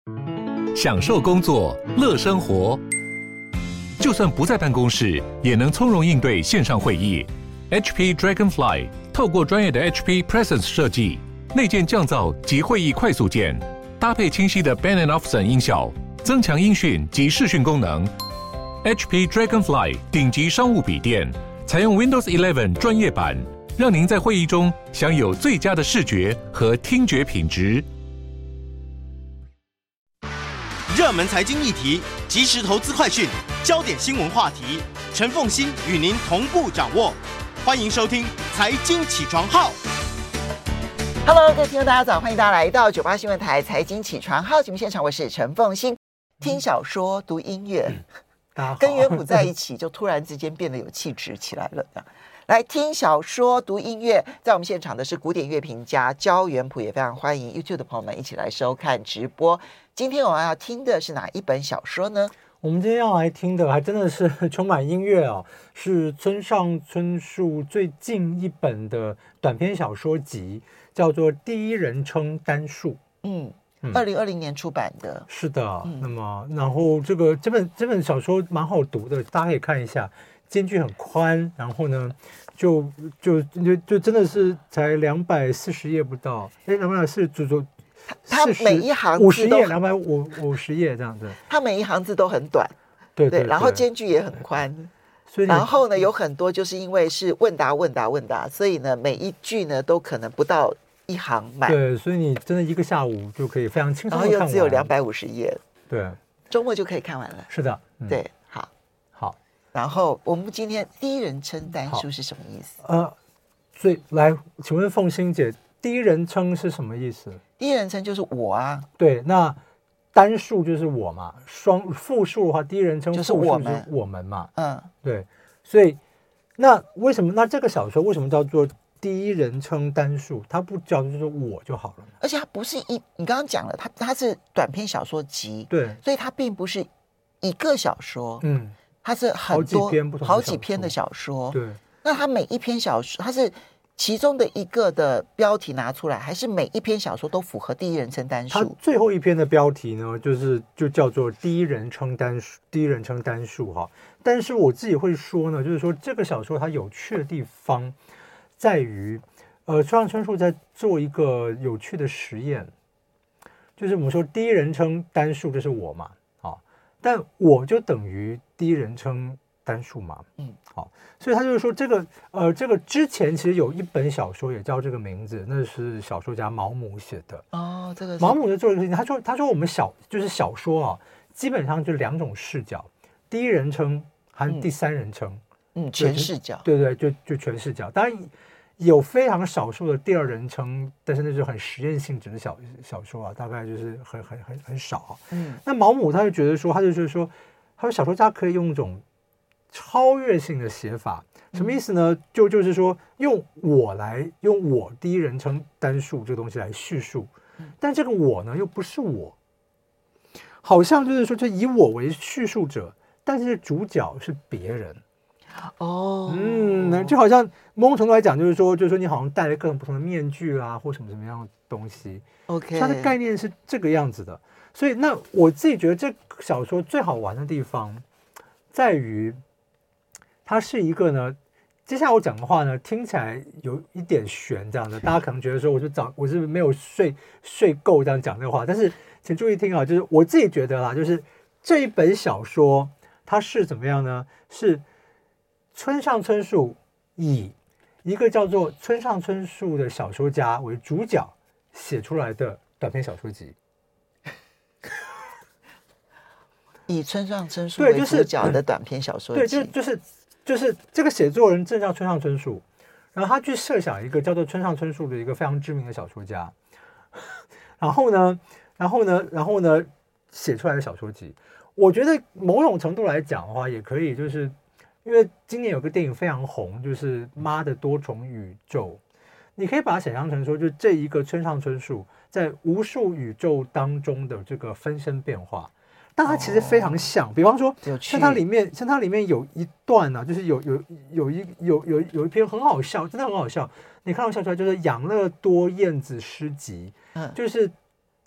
享受工作，乐生活。就算不在办公室，也能从容应对线上会议。HP Dragonfly 透过专业的 HP Presence 设计，内建降噪及会议快速键，搭配清晰的 Bang & Olufsen 音效，增强音讯及视讯功能。HP Dragonfly 顶级商务笔电，采用 Windows 11专业版，让您在会议中享有最佳的视觉和听觉品质。 热门财经议题、即时投资快讯、焦点新闻话题，陈凤馨与您同步掌握。欢迎收听《财经起床号》。 Hello， 各位听众大家早，欢迎大家来到98新闻台财经起床号节目现场，我是陈凤馨。听小说、读音乐，跟乐谱在一起，就突然之间变得有气质起来了。来听小说、读音乐，在我们现场的是古典乐评家焦元溥，也非常欢迎 YouTube 的朋友们一起来收看直播。今天我们要听的是哪一本小说呢？ 我们今天要来听的还真的是充满音乐哦，是村上春树最近一本的短篇小说集，叫做《第一人称单数》。2020年出版的。是的，那么然后这本小说蛮好读的，大家可以看一下，间距很宽，然后呢就真的是才240页不到，240 它每一行字都 250页这样子， 它每一行字都很短， 对， 然后间距也很宽，所以然后呢有很多就是因为是问答，所以呢每一句呢都可能不到一行满， 对，所以你真的一个下午就可以非常轻松的看完， 然后又只有250页， 对， 周末就可以看完了。 是的， 对，好。然后我们今天第一人称单数是什么意思？ 所以来，请问凤馨姐，第一人称是什么意思？ 第一人称就是我啊。 对，那单数就是我嘛，复数的话，第一人称就是我们嘛。对，所以那为什么那这个小说为什么叫做第一人称单数？它不叫做我就好了。 而且它不是你刚刚讲了，它是短篇小说集， 对， 所以它并不是一个小说，它是好几篇的小说。 对， 那它每一篇小说，它是其中的一个的标题拿出来，还是每一篇小说都符合第一人称单数？ 它最后一篇的标题呢，就叫做第一人称单数哈。但是我自己会说呢，就是说这个小说它有趣的地方在于，村上春树在做一个有趣的实验，就是我们说第一人称单数就是我嘛，但我就等于第一人称单数嘛，所以他就是说这个之前其实有一本小说也叫这个名字，那是小说家毛姆写的。 这个毛姆就做一个事情，他说我们就是小说啊，基本上就2种视角，第一人称和第三人称， 全视角， 对，就全视角。当然有非常少数的第二人称，但是那是很实验性质的小说啊，大概就是很少。那毛姆他就觉得说，他说小说家可以用一种超越性的写法，什么意思呢？就是说用我第一人称单数这个东西来叙述，但这个我呢又不是我，好像就是说就以我为叙述者，但是主角是别人。就好像某种程度来讲，就是说你好像戴了各种不同的面具啊，或什么样的东西。 OK， 它的概念是这个样子的。所以那我自己觉得这小说最好玩的地方在于，它是一个呢，接下来我讲的话呢，听起来有一点悬这样的，大家可能觉得说我是没有睡够这样讲这个话，但是请注意听啊，就是我自己觉得啦，就是这一本小说它是怎么样呢？是村上春树以一个叫做村上春树的小说家为主角写出来的短篇小说集。 以村上春树为主角的短篇小说集， 对，就是这个写作人正叫村上春树，然后他去设想一个叫做村上春树的一个非常知名的小说家，然后呢写出来的小说集。我觉得某种程度来讲的话，也可以就是因为今年有个电影非常红，就是《妈的多重宇宙》，你可以把它想象成说，就这一个村上春树在无数宇宙当中的这个分身变化，但它其实非常像。比方说，像它里面有一段呢，就是有一篇很好笑，真的很好笑，你看到笑出来，就是养乐多燕子诗集，就是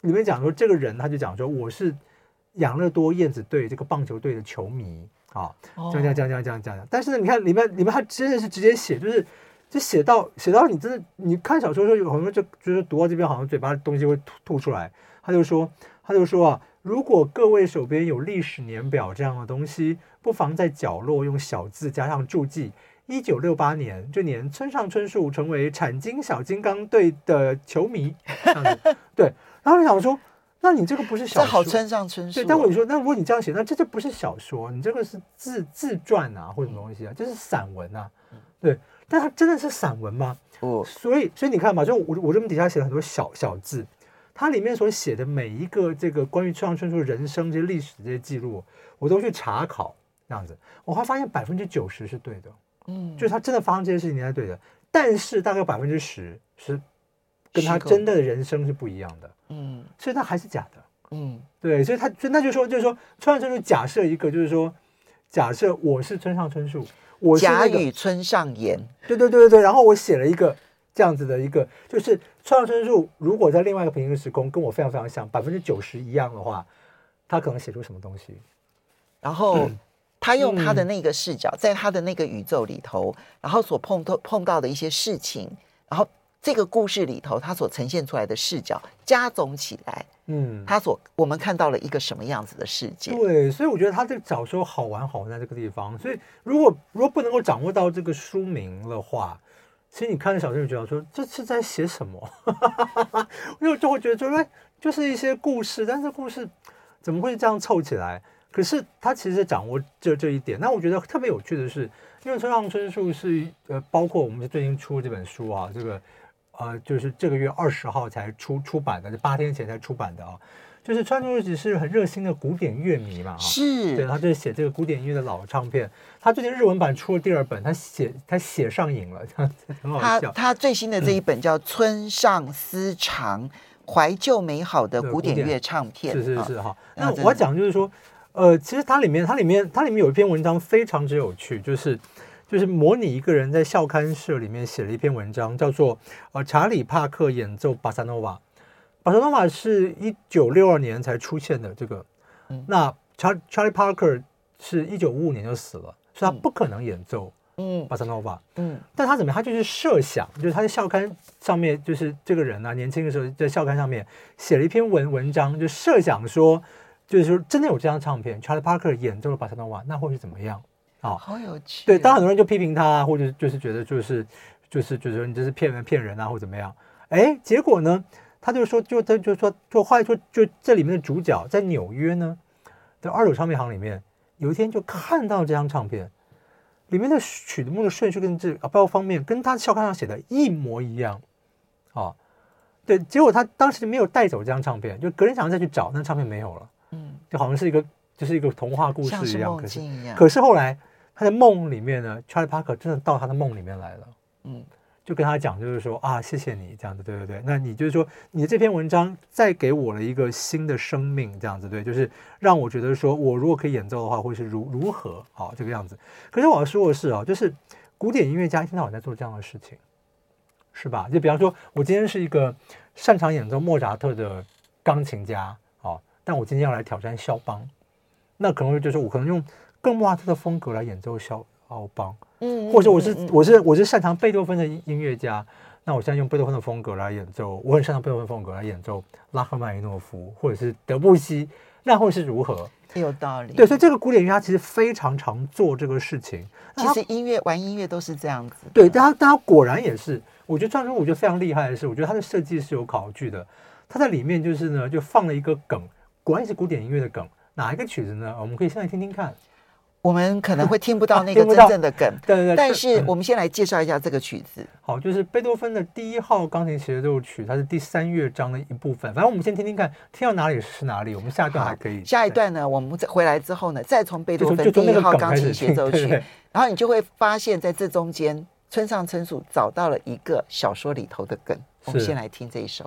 里面讲说这个人他就讲说我是养乐多燕子队这个棒球队的球迷啊，讲，但是呢，你看里面他真的是直接写，就写到你真的你看小说的时候，有很多就是读到这边好像嘴巴的东西会吐出来。他就说啊，如果各位手边有历史年表这样的东西，不妨在角落用小字加上注记。1968年这年，村上春树成为产经小金刚队的球迷。这样子对，然后你想说，那你这个不是小说， 这好村上春树。 对，但我跟你说，那如果你这样写，那这就不是小说，你这个是自传啊，或者什么东西啊，这是散文啊。对，但它真的是散文吗？所以你看嘛，就我这边底下写了很多小字，它里面所写的每一个这个关于村上春树人生这些历史这些记录，我都去查考，这样子，我还发现90%是对的。就是他真的发生这些事情，应该对的，但是大概10%是跟他真的人生是不一样的，所以他还是假的，对，所以那就是说，村上春树假设一个，就是说，假设我是村上春树，我是假与村上言， 对，然后我写了一个这样子的一个，就是村上春树如果在另外一个平行时空跟我非常非常像，90%一样的话，他可能写出什么东西， 然后。他用他的那个视角，在他的那个宇宙里头，然后所碰到的一些事情，然后这个故事里头他所呈现出来的视角加总起来，我们看到了一个什么样子的世界。 对，所以我觉得他这个小说好玩在这个地方。所以如果不能够掌握到这个书名的话，其实你看的小说就觉得说这是在写什么，因为就会觉得说，就是一些故事，但是故事怎么会这样凑起来？可是他其实掌握这一点，那我觉得特别有趣的是，因为村上春树是包括我们最近出这本书啊，这个就是这个月20号才出版的，就8天前才出版的啊。就是村上春树是很热心的古典乐迷嘛， 是， 对，他就是写这个古典音乐的老唱片。他最近日文版出了第2本，他写上瘾了，这样子很好笑。 他最新的这一本叫《村上私藏怀旧美好的古典乐唱片》， 是哈。那我要讲就是说。其实它里面有一篇文章非常之有趣，就是模拟一个人在校刊社里面写了一篇文章，叫做查理帕克演奏巴萨诺瓦。巴萨诺瓦是1962年才出现的这个，那查理帕克是1955年就死了，所以他不可能演奏巴萨诺瓦。但他怎么样？他就是设想，就是他在校刊上面，就是这个人啊，年轻的时候在校刊上面写了一篇文章，就设想说。就是说，真的有这张唱片 ，Charlie Parker 演奏了巴萨诺瓦，那会是怎么样？ 好有趣。 对，当然很多人就批评他，或者就是觉得就是说你这是骗人啊，或怎么样？结果呢，他就说，后来说，就这里面的主角在纽约呢的二手唱片行里面，有一天就看到这张唱片，里面的曲目的顺序跟包括方面跟他校刊上写的一模一样，对，结果他当时没有带走这张唱片，就隔天早上再去找，那唱片没有了。就好像是一个童话故事一样，可是后来他的梦里面呢 ，Charlie Parker 真的到他的梦里面来了，就跟他讲，就是说啊，谢谢你这样子，对，那你就是说你的这篇文章再给我了一个新的生命，这样子，对，就是让我觉得说我如果可以演奏的话，会是如何这个样子。可是我要说的是就是古典音乐家一天到晚在做这样的事情，是吧？就比方说，我今天是一个擅长演奏莫扎特的钢琴家。但我今天要来挑战肖邦，那可能就是我可能用更莫扎特的风格来演奏肖邦，或者我是擅长贝多芬的音乐家，那我现在用贝多芬的风格来演奏，我很擅长贝多芬风格来演奏拉赫曼尼诺夫或者是德布西，那会是如何？ 有道理。 对，所以这个古典乐家其实非常常做这个事情。 其实玩音乐都是这样子。 对，但他果然也是，我觉得创作我觉得非常厉害的是，我觉得他的设计是有考据的，他在里面就是呢就放了一个梗。果然是古典音乐的梗，哪一个曲子呢？我们可以先来听听看。 我们可能会听不到那个真正的梗， 对， 但是我们先来介绍一下这个曲子。 好，就是贝多芬的第1号钢琴协奏曲，它是第3乐章的一部分。反正我们先听听看，听到哪里是哪里。我们下一段还可以。 下一段呢，我们回来之后呢，再从贝多芬第1号钢琴协奏曲，然后你就会发现在这中间，村上春树找到了一个小说里头的梗。我们先来听这一首。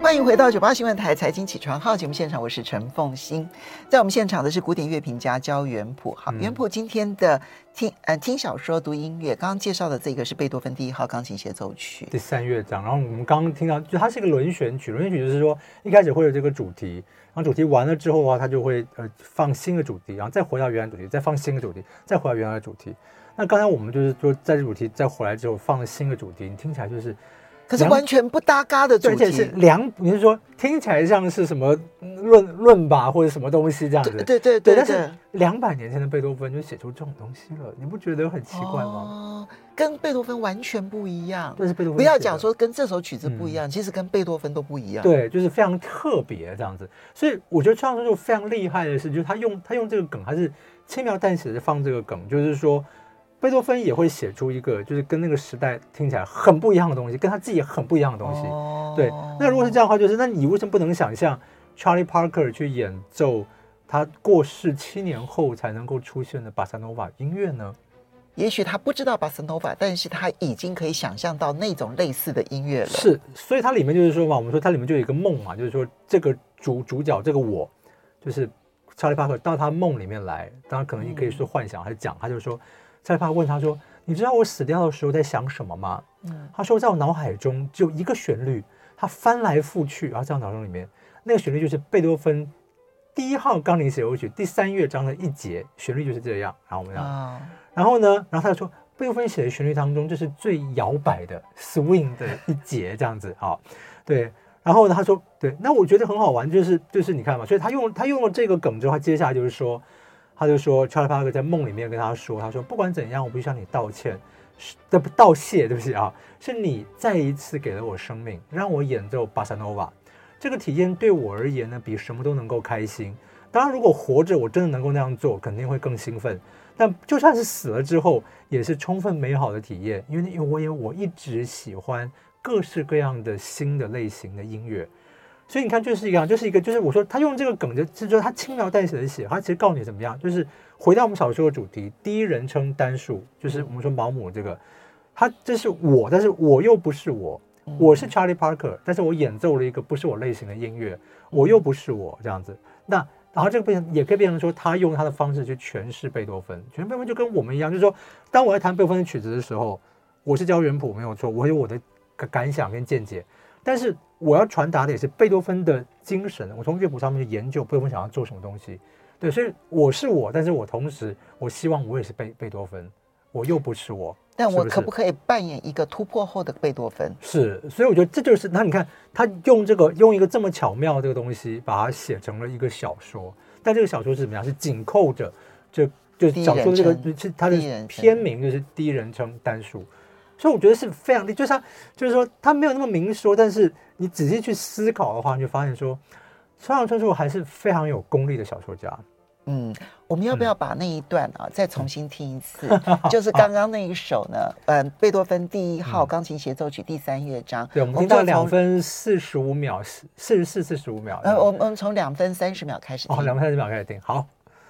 欢迎回到98新闻台财经起床号节目现场，我是陈凤馨。在我们现场的是古典乐评家焦元溥。好，元溥今天的听小说读音乐，刚刚介绍的这个是贝多芬第1号钢琴协奏曲第3乐章。然后我们刚刚听到，就它是一个轮旋曲，轮旋曲就是说一开始会有这个主题，然后主题完了之后的话，它就会放新的主题，然后再回到原来主题，再放新的主题，再回到原来的主题。那刚才我们就是说，在这主题再回来之后放了新的主题，你听起来就是。 可是完全不搭嘎的主题， 而且是你是说听起来像是什么论吧，或者什么东西这样子？ 对， 但是200年前的贝多芬就写出这种东西了，你不觉得很奇怪吗？ 跟贝多芬完全不一样。 这是贝多芬， 不要讲说跟这首曲子不一样，其实跟贝多芬都不一样。 对，就是非常特别这样子。所以我觉得创作就非常厉害的是，就是他用这个梗，还是轻描淡写的放这个梗，就是说。贝多芬也会写出一个，就是跟那个时代听起来很不一样的东西，跟他自己很不一样的东西。对，那如果是这样的话，就是那你为什么不能想象 Charlie Parker 去演奏他过世7年后才能够出现的巴萨诺瓦音乐呢？ 也许他不知道巴萨诺瓦，但是他已经可以想象到那种类似的音乐了。 是，所以它里面就是说嘛，我们说它里面就有一个梦嘛，就是说这个主角这个我，就是Charlie Parker 到他梦里面来，当然可能也可以说幻想还是讲，他就说。查理帕克问他说：“你知道我死掉的时候在想什么吗？”他说：“在我脑海中只有一个旋律，它翻来覆去，然后在我脑中里面，那个旋律就是贝多芬第1号钢琴协奏曲第3乐章的一节，旋律就是这样。然后我们然后呢，然后他就说，贝多芬写的旋律当中，这是最摇摆的 swing 的一节，这样子啊，对。然后呢，他说，对，那我觉得很好玩，就是你看嘛，所以他用了这个梗之后，他接下来就是说。”他就说 Charlie Parker 在梦里面跟他说，他说不管怎样，我必须向你道歉，道谢，对不起啊，是你再一次给了我生命，让我演奏巴萨诺瓦，这个体验对我而言呢，比什么都能够开心。当然，如果活着我真的能够那样做，肯定会更兴奋。但就算是死了之后，也是充分美好的体验，因为我一直喜欢各式各样的新的类型的音乐。所以你看，就是我说他用这个梗，就是他轻描淡写的写，他其实告诉你怎么样，就是回到我们小说的主题，第一人称单数，就是我们说毛姆这个，这是我，但是我又不是我，我是 Charlie Parker， 但是我演奏了一个不是我类型的音乐，我又不是我这样子。那然后这个也可以变成说，他用他的方式去诠释贝多芬，诠释贝多芬就跟我们一样，就是说，当我在弹贝多芬的曲子的时候，我是焦元溥没有错，我有我的感想跟见解。但是我要传达的也是贝多芬的精神，我从乐谱上面去研究贝多芬想要做什么东西，对，所以我是我，但是我同时我希望我也是贝多芬，我又不是我， 但我可不可以扮演一个突破后的贝多芬？ 是，所以我觉得这就是，那你看他用一个这么巧妙的这个东西，把它写成了一个小说，但这个小说是怎么样？是紧扣着就小说的这个是它的片名就是第一人称单数。所以我觉得是非常，就是说他没有那么明说，但是你仔细去思考的话，你就发现说，村上春树还是非常有功力的小说家。 我们要不要把那一段再重新听一次？就是刚刚那一首呢，贝多芬第1号钢琴协奏曲第3乐章。 对，我们听到2分45秒，44、45秒。 我们从2分30秒开始听。 2分30秒开始听，好。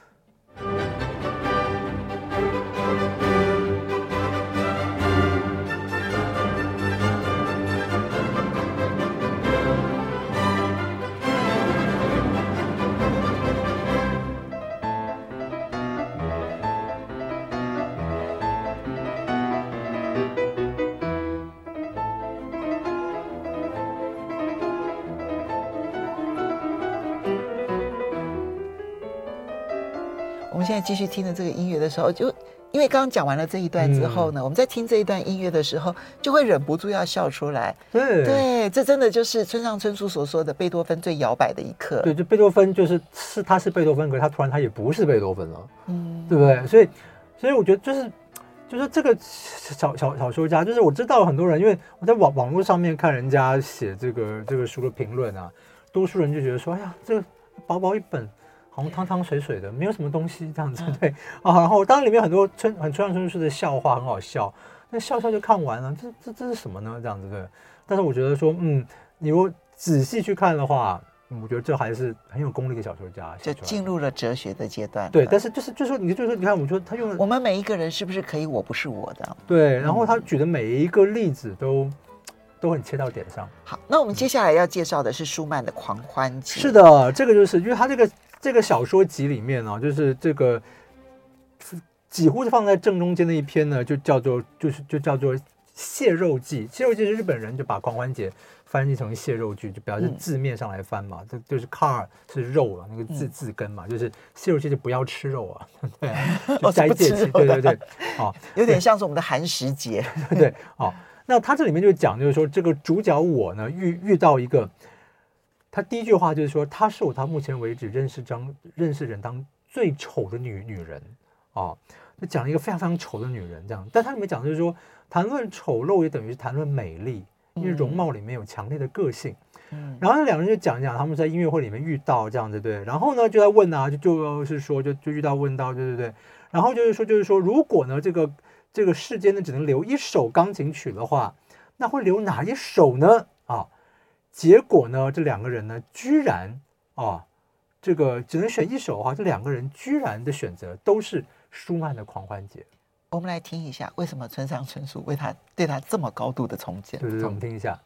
我们现在继续听的这个音乐的时候，就因为刚刚讲完了这一段之后呢，我们在听这一段音乐的时候，就会忍不住要笑出来。对，这真的就是村上春树所说的贝多芬最摇摆的一刻。 对，就贝多芬他是贝多芬，可是他突然他也不是贝多芬了，对不对？所以我觉得就是这个小说家，就是我知道很多人，因为我在网络上面看人家写这个书的评论啊，多数人就觉得说，哎呀，这个薄薄一本。好像汤汤水水的，没有什么东西这样子，对啊。然后当然里面很多村上春树的笑话很好笑，那笑就看完了，这是什么呢？这样子对。但是我觉得说，你如果仔细去看的话，我觉得这还是很有功力的小说家， 就进入了哲学的阶段。 对，但是就是说，你看，我说他用了， 我们每一个人是不是可以我不是我的？ 对，然后他举的每一个例子都都很切到点上。 好，那我们接下来要介绍的是舒曼的《狂欢节》。 是的，这个就是因为他这个小说集里面呢，就是这个几乎是放在正中间的一篇呢，就叫做蟹肉记。蟹肉记是日本人就把狂欢节翻译成蟹肉剧，就表示字面上来翻嘛，这就是 car 是肉了，那个字根嘛，就是蟹肉记就不要吃肉啊，对啊，就斋戒期，对，哦， 有点像是我们的寒食节， 对，哦，那他这里面就讲，就是说这个主角我呢遇到一个，他第一句话就是说，她是我到目前为止认识人当最丑的女人啊，就讲了一个非常非常丑的女人这样，但他里面讲就是说，谈论丑陋也等于是谈论美丽。因为容貌里面有强烈的个性，然后那两个人就讲一讲他们在音乐会里面遇到这样子，对，然后呢就在问啊，就是说就遇到问到，对，然后就是说如果呢这个世间呢只能留一首钢琴曲的话，那会留哪一首呢？啊，结果呢这两个人呢居然啊这个只能选一首的话，这两个人居然的选择都是舒曼的《狂欢节》。 我们来听一下，为什么村上春树对他这么高度的重建？ 对，我们听一下。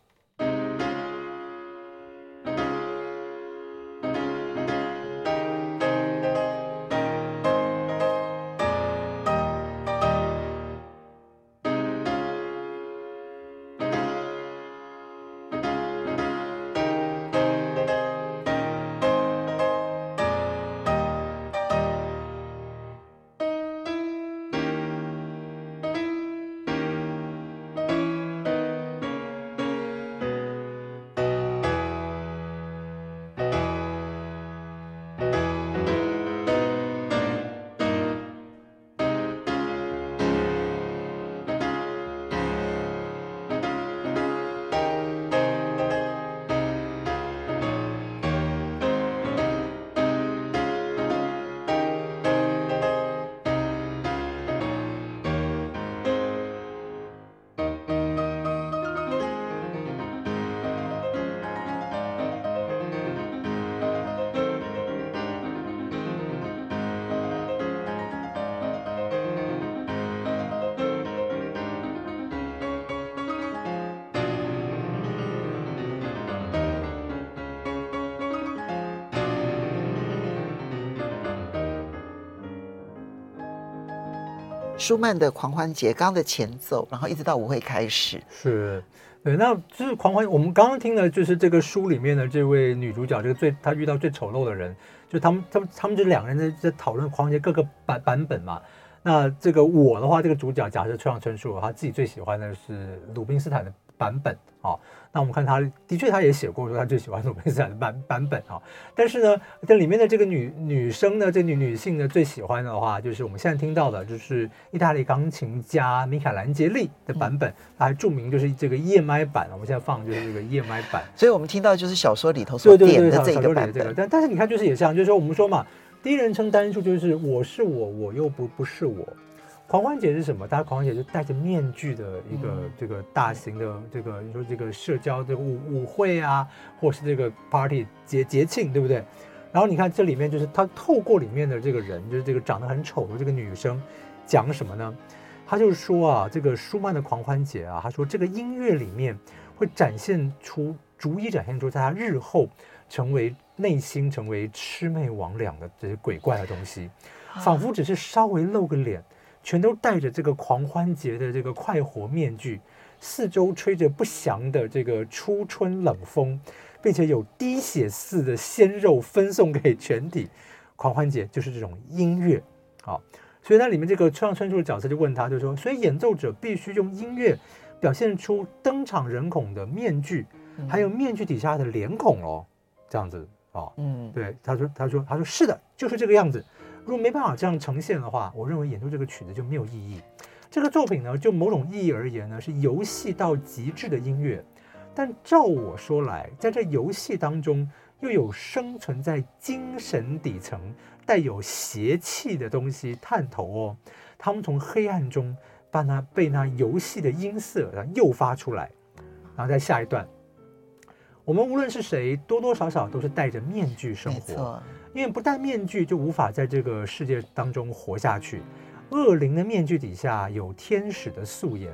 舒曼的《狂欢节》刚刚的前奏，然后一直到舞会开始， 是对，那就是狂欢。我们刚刚听的就是这个书里面的这位女主角，这个她遇到最丑陋的人，就他们这两个人在讨论狂欢节各个版本嘛。那这个我的话，这个主角假设村上春树，他自己最喜欢的是鲁宾斯坦的版本啊。那我们看他的确他也写过说他最喜欢鲁宾斯坦的版本啊。但是呢，这里面的这个女生呢，这女性呢最喜欢的话，就是我们现在听到的，就是意大利钢琴家米凯兰杰利的版本，他还注明就是这个EMI版，我们现在放的就是这个EMI版。 所以我们听到就是小说里头所点的这个版本。但是你看，就是也像，就是说我们说嘛。第一人称单数就是我是我，我又不是我。狂欢节是什么？大家狂欢节就戴着面具的一个这个大型的这个你说这个社交这个舞会啊，或是这个 party 节庆，对不对？然后你看这里面就是他透过里面的这个人，就是这个长得很丑的这个女生，讲什么呢？他就是说啊，这个舒曼的狂欢节啊，他说这个音乐里面会逐一展现出在他日后内心成为魑魅魍魉的这些鬼怪的东西，仿佛只是稍微露个脸，全都带着这个狂欢节的这个快活面具，四周吹着不祥的这个初春冷风，并且有滴血似的鲜肉分送给全体。狂欢节就是这种音乐啊，所以那里面这个村上春树的角色就问他，就说，所以演奏者必须用音乐表现出登场人孔的面具，还有面具底下的脸孔哦，这样子。对，他说是的，就是这个样子。如果没办法这样呈现的话，我认为演奏这个曲子就没有意义。这个作品呢，就某种意义而言呢，是游戏到极致的音乐。但照我说来，在这游戏当中，又有生存在精神底层、带有邪气的东西探头哦。他们从黑暗中被那游戏的音色诱发出来，然后在下一段。我们无论是谁，多多少少都是戴着面具生活，因为不戴面具就无法在这个世界当中活下去。恶灵的面具底下有天使的素颜，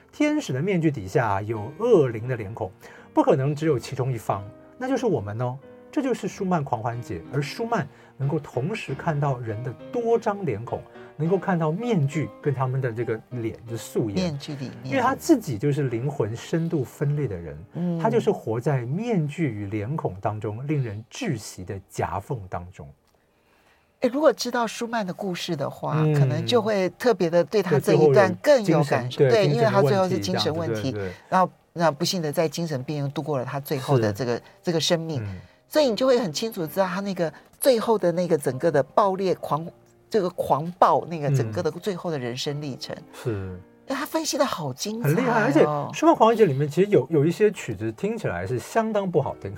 天使的面具底下有恶灵的脸孔，不可能只有其中一方，那就是我们哦。这就是舒曼狂欢节，而舒曼能够同时看到人的多张脸孔，能够看到面具跟他们的这个脸的素颜， 面具里面， 因为他自己就是灵魂深度分裂的人，他就是活在面具与脸孔当中，令人窒息的夹缝当中。 如果知道舒曼的故事的话，可能就会特别的对他这一段更有感受。对，因为他最后是精神问题，然后那不幸的在精神病院度过了他最后的这个生命。所以你就会很清楚知道他那个最后的那个整个的爆裂这个狂暴那个整个的最后的人生历程。 是， 他分析的好精彩， 很厉害。而且舒曼狂欢节里面其实有一些曲子听起来是相当不好听。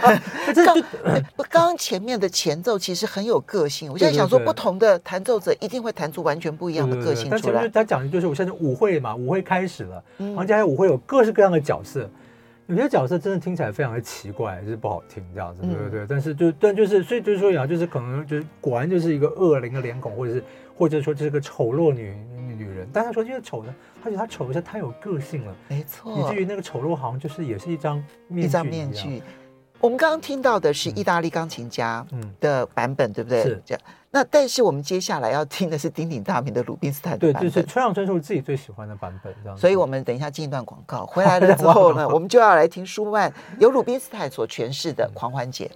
刚前面的前奏其实很有个性，我现在想说不同的弹奏者一定会弹出完全不一样的个性出来。 但前面他讲的就是我现在舞会嘛，舞会开始了，然后接下来舞会有各式各样的角色。有些角色真的听起来非常的奇怪，就是不好听这样子，对不对？但就是所以就是说呀，就是可能就是果然就是一个恶灵的脸孔，或者说这是个丑陋女人。但他说因为丑呢，他觉得他丑的是太有个性了， 没错， 以至于那个丑陋好像就是也是一张面具。 我们刚刚听到的是意大利钢琴家的版本，对不对？ 是这样。那但是我们接下来要听的是鼎鼎大名的鲁宾斯坦的版本， 对，就是村上春树自己最喜欢的版本，这样。 所以我们等一下进一段广告，回来了之后呢，我们就要来听舒曼由鲁宾斯坦所诠释的《狂欢节》。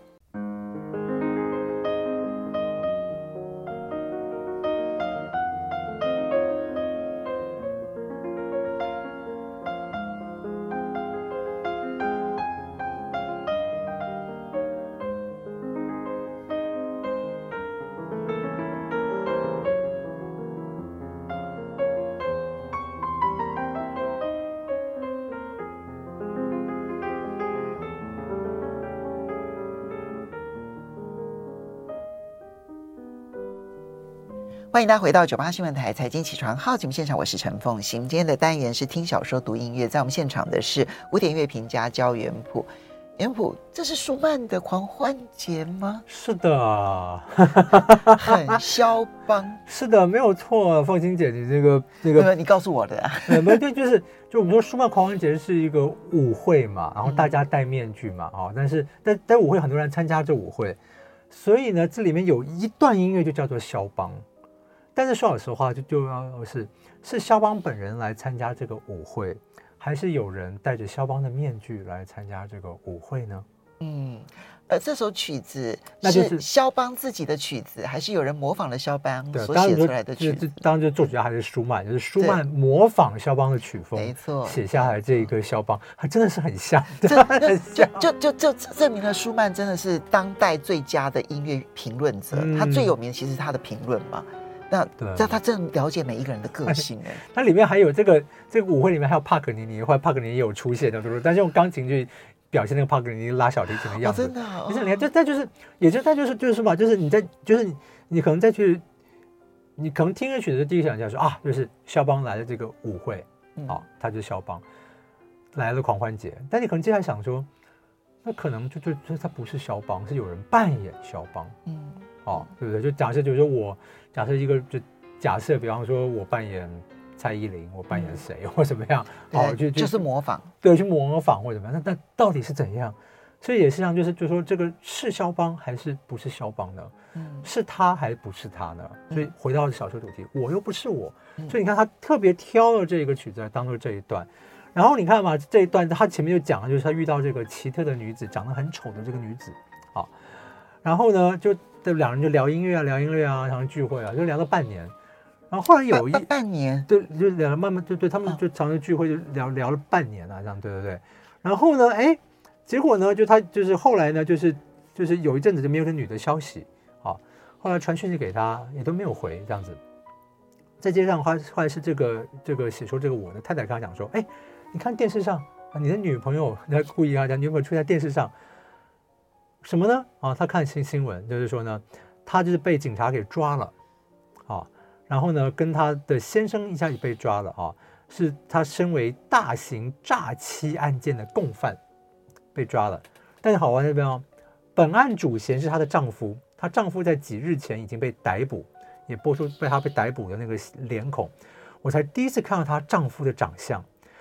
欢迎大家回到98新闻台财经起床号节目现场，我是陈凤馨。今天的单元是听小说读音乐，在我们现场的是古典乐评家焦元溥。元溥，这是舒曼的狂欢节吗？ 是的， 很肖邦。 是的，没有错。凤馨姐，你这个， 你告诉我的啊。 对，就我们说舒曼狂欢节是一个舞会嘛，然后大家戴面具嘛，但舞会很多人参加这舞会，所以呢，这里面有一段音乐就叫做肖邦。但是说老实话，就要是肖邦本人来参加这个舞会，还是有人戴着肖邦的面具来参加这个舞会呢？ 这首曲子是肖邦自己的曲子，还是有人模仿了肖邦所写出来的曲子？ 当然，就作曲家还是舒曼，就是舒曼模仿肖邦的曲风， 没错， 写下来这个肖邦，还真的是很像， 就证明了舒曼真的是当代最佳的音乐评论者。他最有名其实是他的评论嘛。那他真的了解每一个人的个性哎。 它里面还有这个舞会里面还有帕格尼尼，后来帕格尼尼也有出现的，对不对？但是用钢琴去表现那个帕格尼尼拉小提琴的样子。 真的哦。 就是你看，但就是嘛，就是你可能再去，你可能听了曲子的第一想象说啊，就是肖邦来了这个舞会，他就是肖邦来了狂欢节，但你可能接下来想说，那可能就他不是肖邦，是有人扮演肖邦，对不对？就假设就是说假设比方说我扮演蔡依林，我扮演谁或怎么样， 就是模仿， 对，去模仿或怎么样，那到底是怎样？所以也是像就是说这个是肖邦还是不是肖邦呢？是他还是不是他呢？所以回到小说主题，我又不是我，所以你看他特别挑了这个曲子来当做这一段。然后你看嘛，这一段他前面就讲了，就是他遇到这个奇特的女子，长得很丑的这个女子，然后呢就两人就聊音乐啊，常常聚会啊，就聊了半年。然后后来有半年， 对，就聊了慢慢对他们就常常聚会就聊了半年啊，这样对。然后呢，结果呢，他就是后来呢，就是有一阵子就没有这女的消息啊，后来传讯息给他也都没有回这样子。再接上后来是这个写说这个我的太太跟他讲说，你看电视上你的女朋友，他故意讲女朋友出现在电视上。什么呢？他看新闻，就是说呢，他就是被警察给抓了，然后呢，跟他的先生一下子被抓了，是他身为大型诈欺案件的共犯被抓了。但是好玩的地方，本案主嫌是她的丈夫，她丈夫在几日前已经被逮捕，也播出被她被逮捕的那个脸孔，我才第一次看到她丈夫的长相。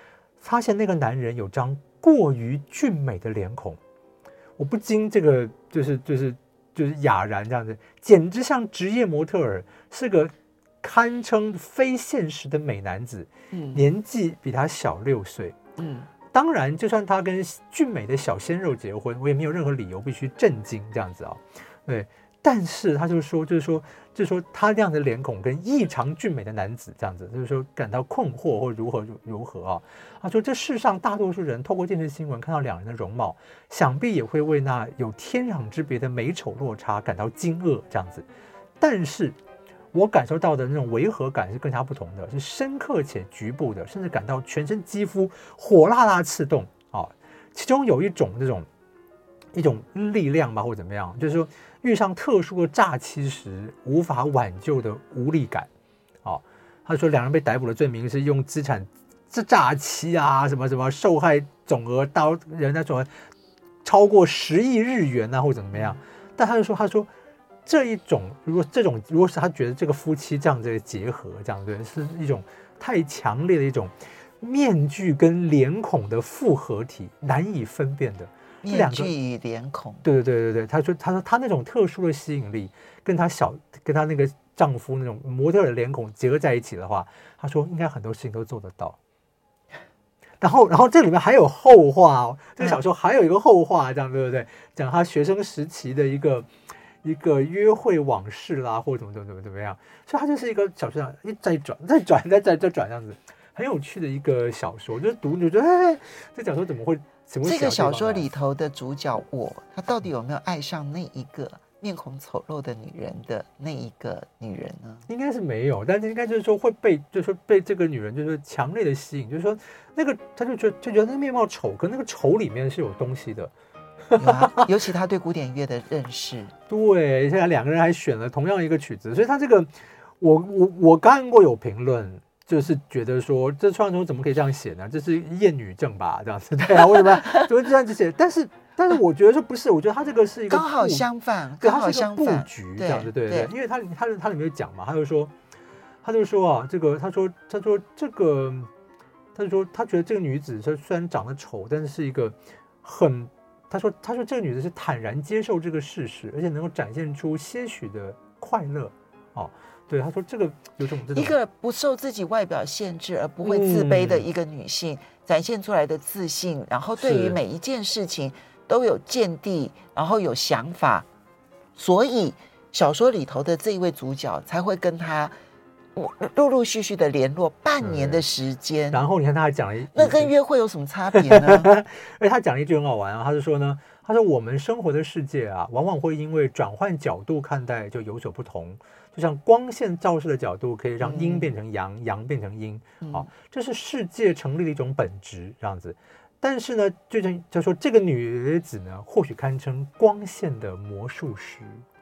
发现那个男人有张过于俊美的脸孔，我不禁这个就是哑然这样子，简直像职业模特儿，是个堪称非现实的美男子，年纪比他小6岁，当然就算他跟俊美的小鲜肉结婚，我也没有任何理由必须震惊这样子啊，对。但是他就是说他这样的脸孔跟异常俊美的男子这样子，就是说感到困惑或如何啊？他说这世上大多数人透过电视新闻看到两人的容貌，想必也会为那有天壤之别的美丑落差感到惊愕这样子。但是我感受到的那种违和感是更加不同的，是深刻且局部的，甚至感到全身肌肤火辣辣刺痛啊！其中有一种力量吧，或怎么样，就是说遇上特殊的诈欺时无法挽救的无力感。他说两人被逮捕的罪名是用资产诈欺啊，什么受害总额到人家总额超过10亿日元啊，或怎么样。但他说这一种如果是他觉得这个夫妻这样子的结合，这样对，是一种太强烈的一种面具跟脸孔的复合体，难以分辨的。 面具与脸孔， 对，他说他那种特殊的吸引力，跟他那个丈夫那种模特的脸孔结合在一起的话，他说应该很多事情都做得到。然后这里面还有后话哦，这个小说还有一个后话，这样对不对？讲他学生时期的一个约会往事啦，或者怎么样，所以他就是一个小说上再转这样子，很有趣的一个小说，就是读你就觉得哎，这小说怎么会？ 这个小说里头的主角他到底有没有爱上那一个面孔丑陋的女人的那一个女人呢？ 应该是没有，但是应该就是说会被这个女人就是强烈的吸引，就是说那个他就觉得那个面貌丑，可那个丑里面是有东西的。 尤其他对古典乐的认识， 对，现在两个人还选了同样一个曲子，所以他这个我看过有评论。就是觉得说，这创作怎么可以这样写呢？这是厌女症吧，这样子对啊？为什么怎么这样子写？但是我觉得说不是，我觉得他这个是一个刚好相反， 对，它是一个布局这样子，对，因为它里面有讲嘛，他就说啊，这个他说这个，他说他觉得这个女子虽然长得丑，但是一个他说这个女子是坦然接受这个事实，而且能够展现出些许的快乐哦。对，他说这个有种一个不受自己外表限制而不会自卑的一个女性，展现出来的自信，然后对于每一件事情都有见地，然后有想法，所以小说里头的这一位主角才会跟他陆陆续续的联络半年的时间。 然后你看他还讲了那跟约会有什么差别呢？ 而且他讲了一句很好玩啊，他就说呢，他说我们生活的世界啊，往往会因为转换角度看待就有所不同。就像光线照射的角度可以让阴变成阳，阳变成阴，这是世界成立的一种本质，这样子。但是呢，就说这个女子呢，或许堪称光线的魔术师，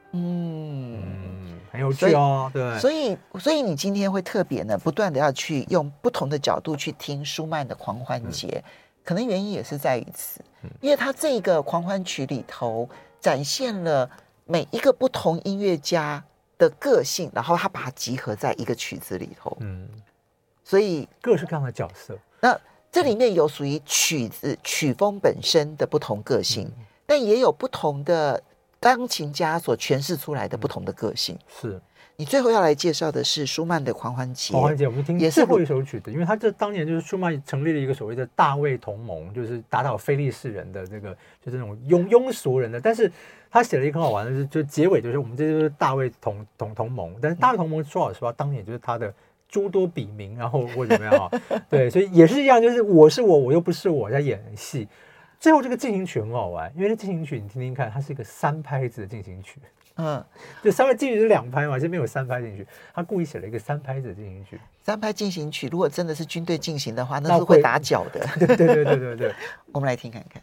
很有趣哦，对。 所以你今天会特别呢，不断的要去用不同的角度去听舒曼的狂欢节，可能原因也是在于此，因为他这个狂欢曲里头展现了每一个不同音乐家的个性，然后他把它集合在一个曲子里头，所以各式各样的角色。 那这里面有属于曲子曲风本身的不同个性，但也有不同的钢琴家所诠释出来的不同的个性。 是你最后要来介绍的是舒曼的狂欢节。 狂欢节，我们听最后一首曲子，因为他这当年就是舒曼成立了一个所谓的大卫同盟，就是打倒非利士人的这个，就是那种庸俗人的。但是他写了一个很好玩的，就结尾就是我们这就是大卫同盟。但是大卫同盟说老实话，当年就是他的诸多笔名，然后或怎么样对，所以也是一样，就是我是我，我又不是我在演戏。最后这个进行曲很好玩，因为这进行曲你听听看，它是一个3拍子的进行曲。就3拍进行曲是2拍嘛，这边有3拍进行曲，他故意写了一个3拍子的进行曲。 3拍进行曲，如果真的是军队进行的话，那是会打脚的。 对， 我们来听看看。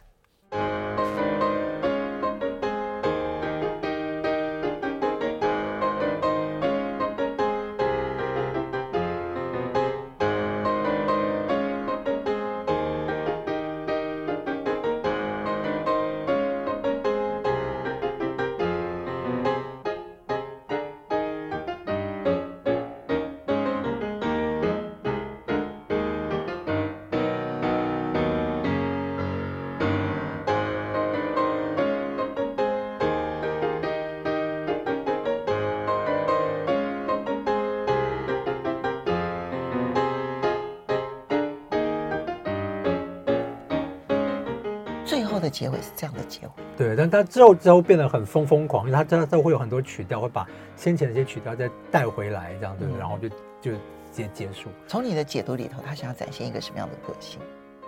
的结尾是这样的结尾。 对，但他之后变得很疯狂，因为他之后会有很多曲调，会把先前的一些曲调再带回来，这样对，然后就结束。 从你的解读里头，他想要展现一个什么样的个性？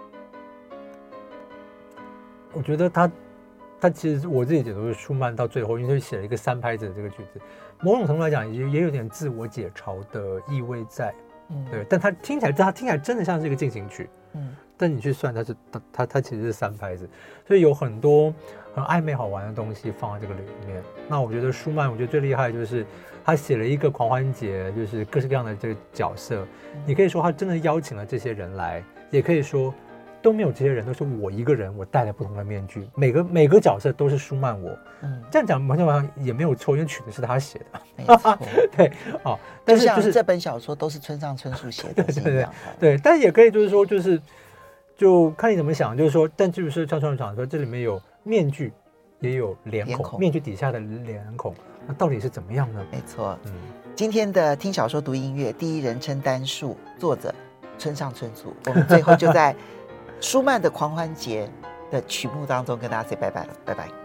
我觉得他其实我自己解读是舒曼到最后，因为写了一个3拍子的这个句子，某种程度来讲也有点自我解嘲的意味在。对，但他听起来真的像是一个进行曲。但你去算，它其实是3拍子，所以有很多很暧昧好玩的东西放在这个里面。那我觉得舒曼，我觉得最厉害的就是他写了一个狂欢节，就是各式各样的这个角色。你可以说他真的邀请了这些人来，也可以说都没有这些人，都是我一个人，我戴了不同的面具，每个角色都是舒曼我。这样讲某种程度上也没有错，因为曲子是他写的。 没错， 对，但是就是这本小说都是村上春树写的， 对，但也可以就是说就看你怎么想，就是说，但就是像村上说，这里面有面具，也有脸孔，面具底下的脸孔，那到底是怎么样呢？ 没错，今天的听小说读音乐第一人称单数，作者村上春树，我们最后就在舒曼的狂欢节的曲目当中跟大家 say 拜拜了，拜拜。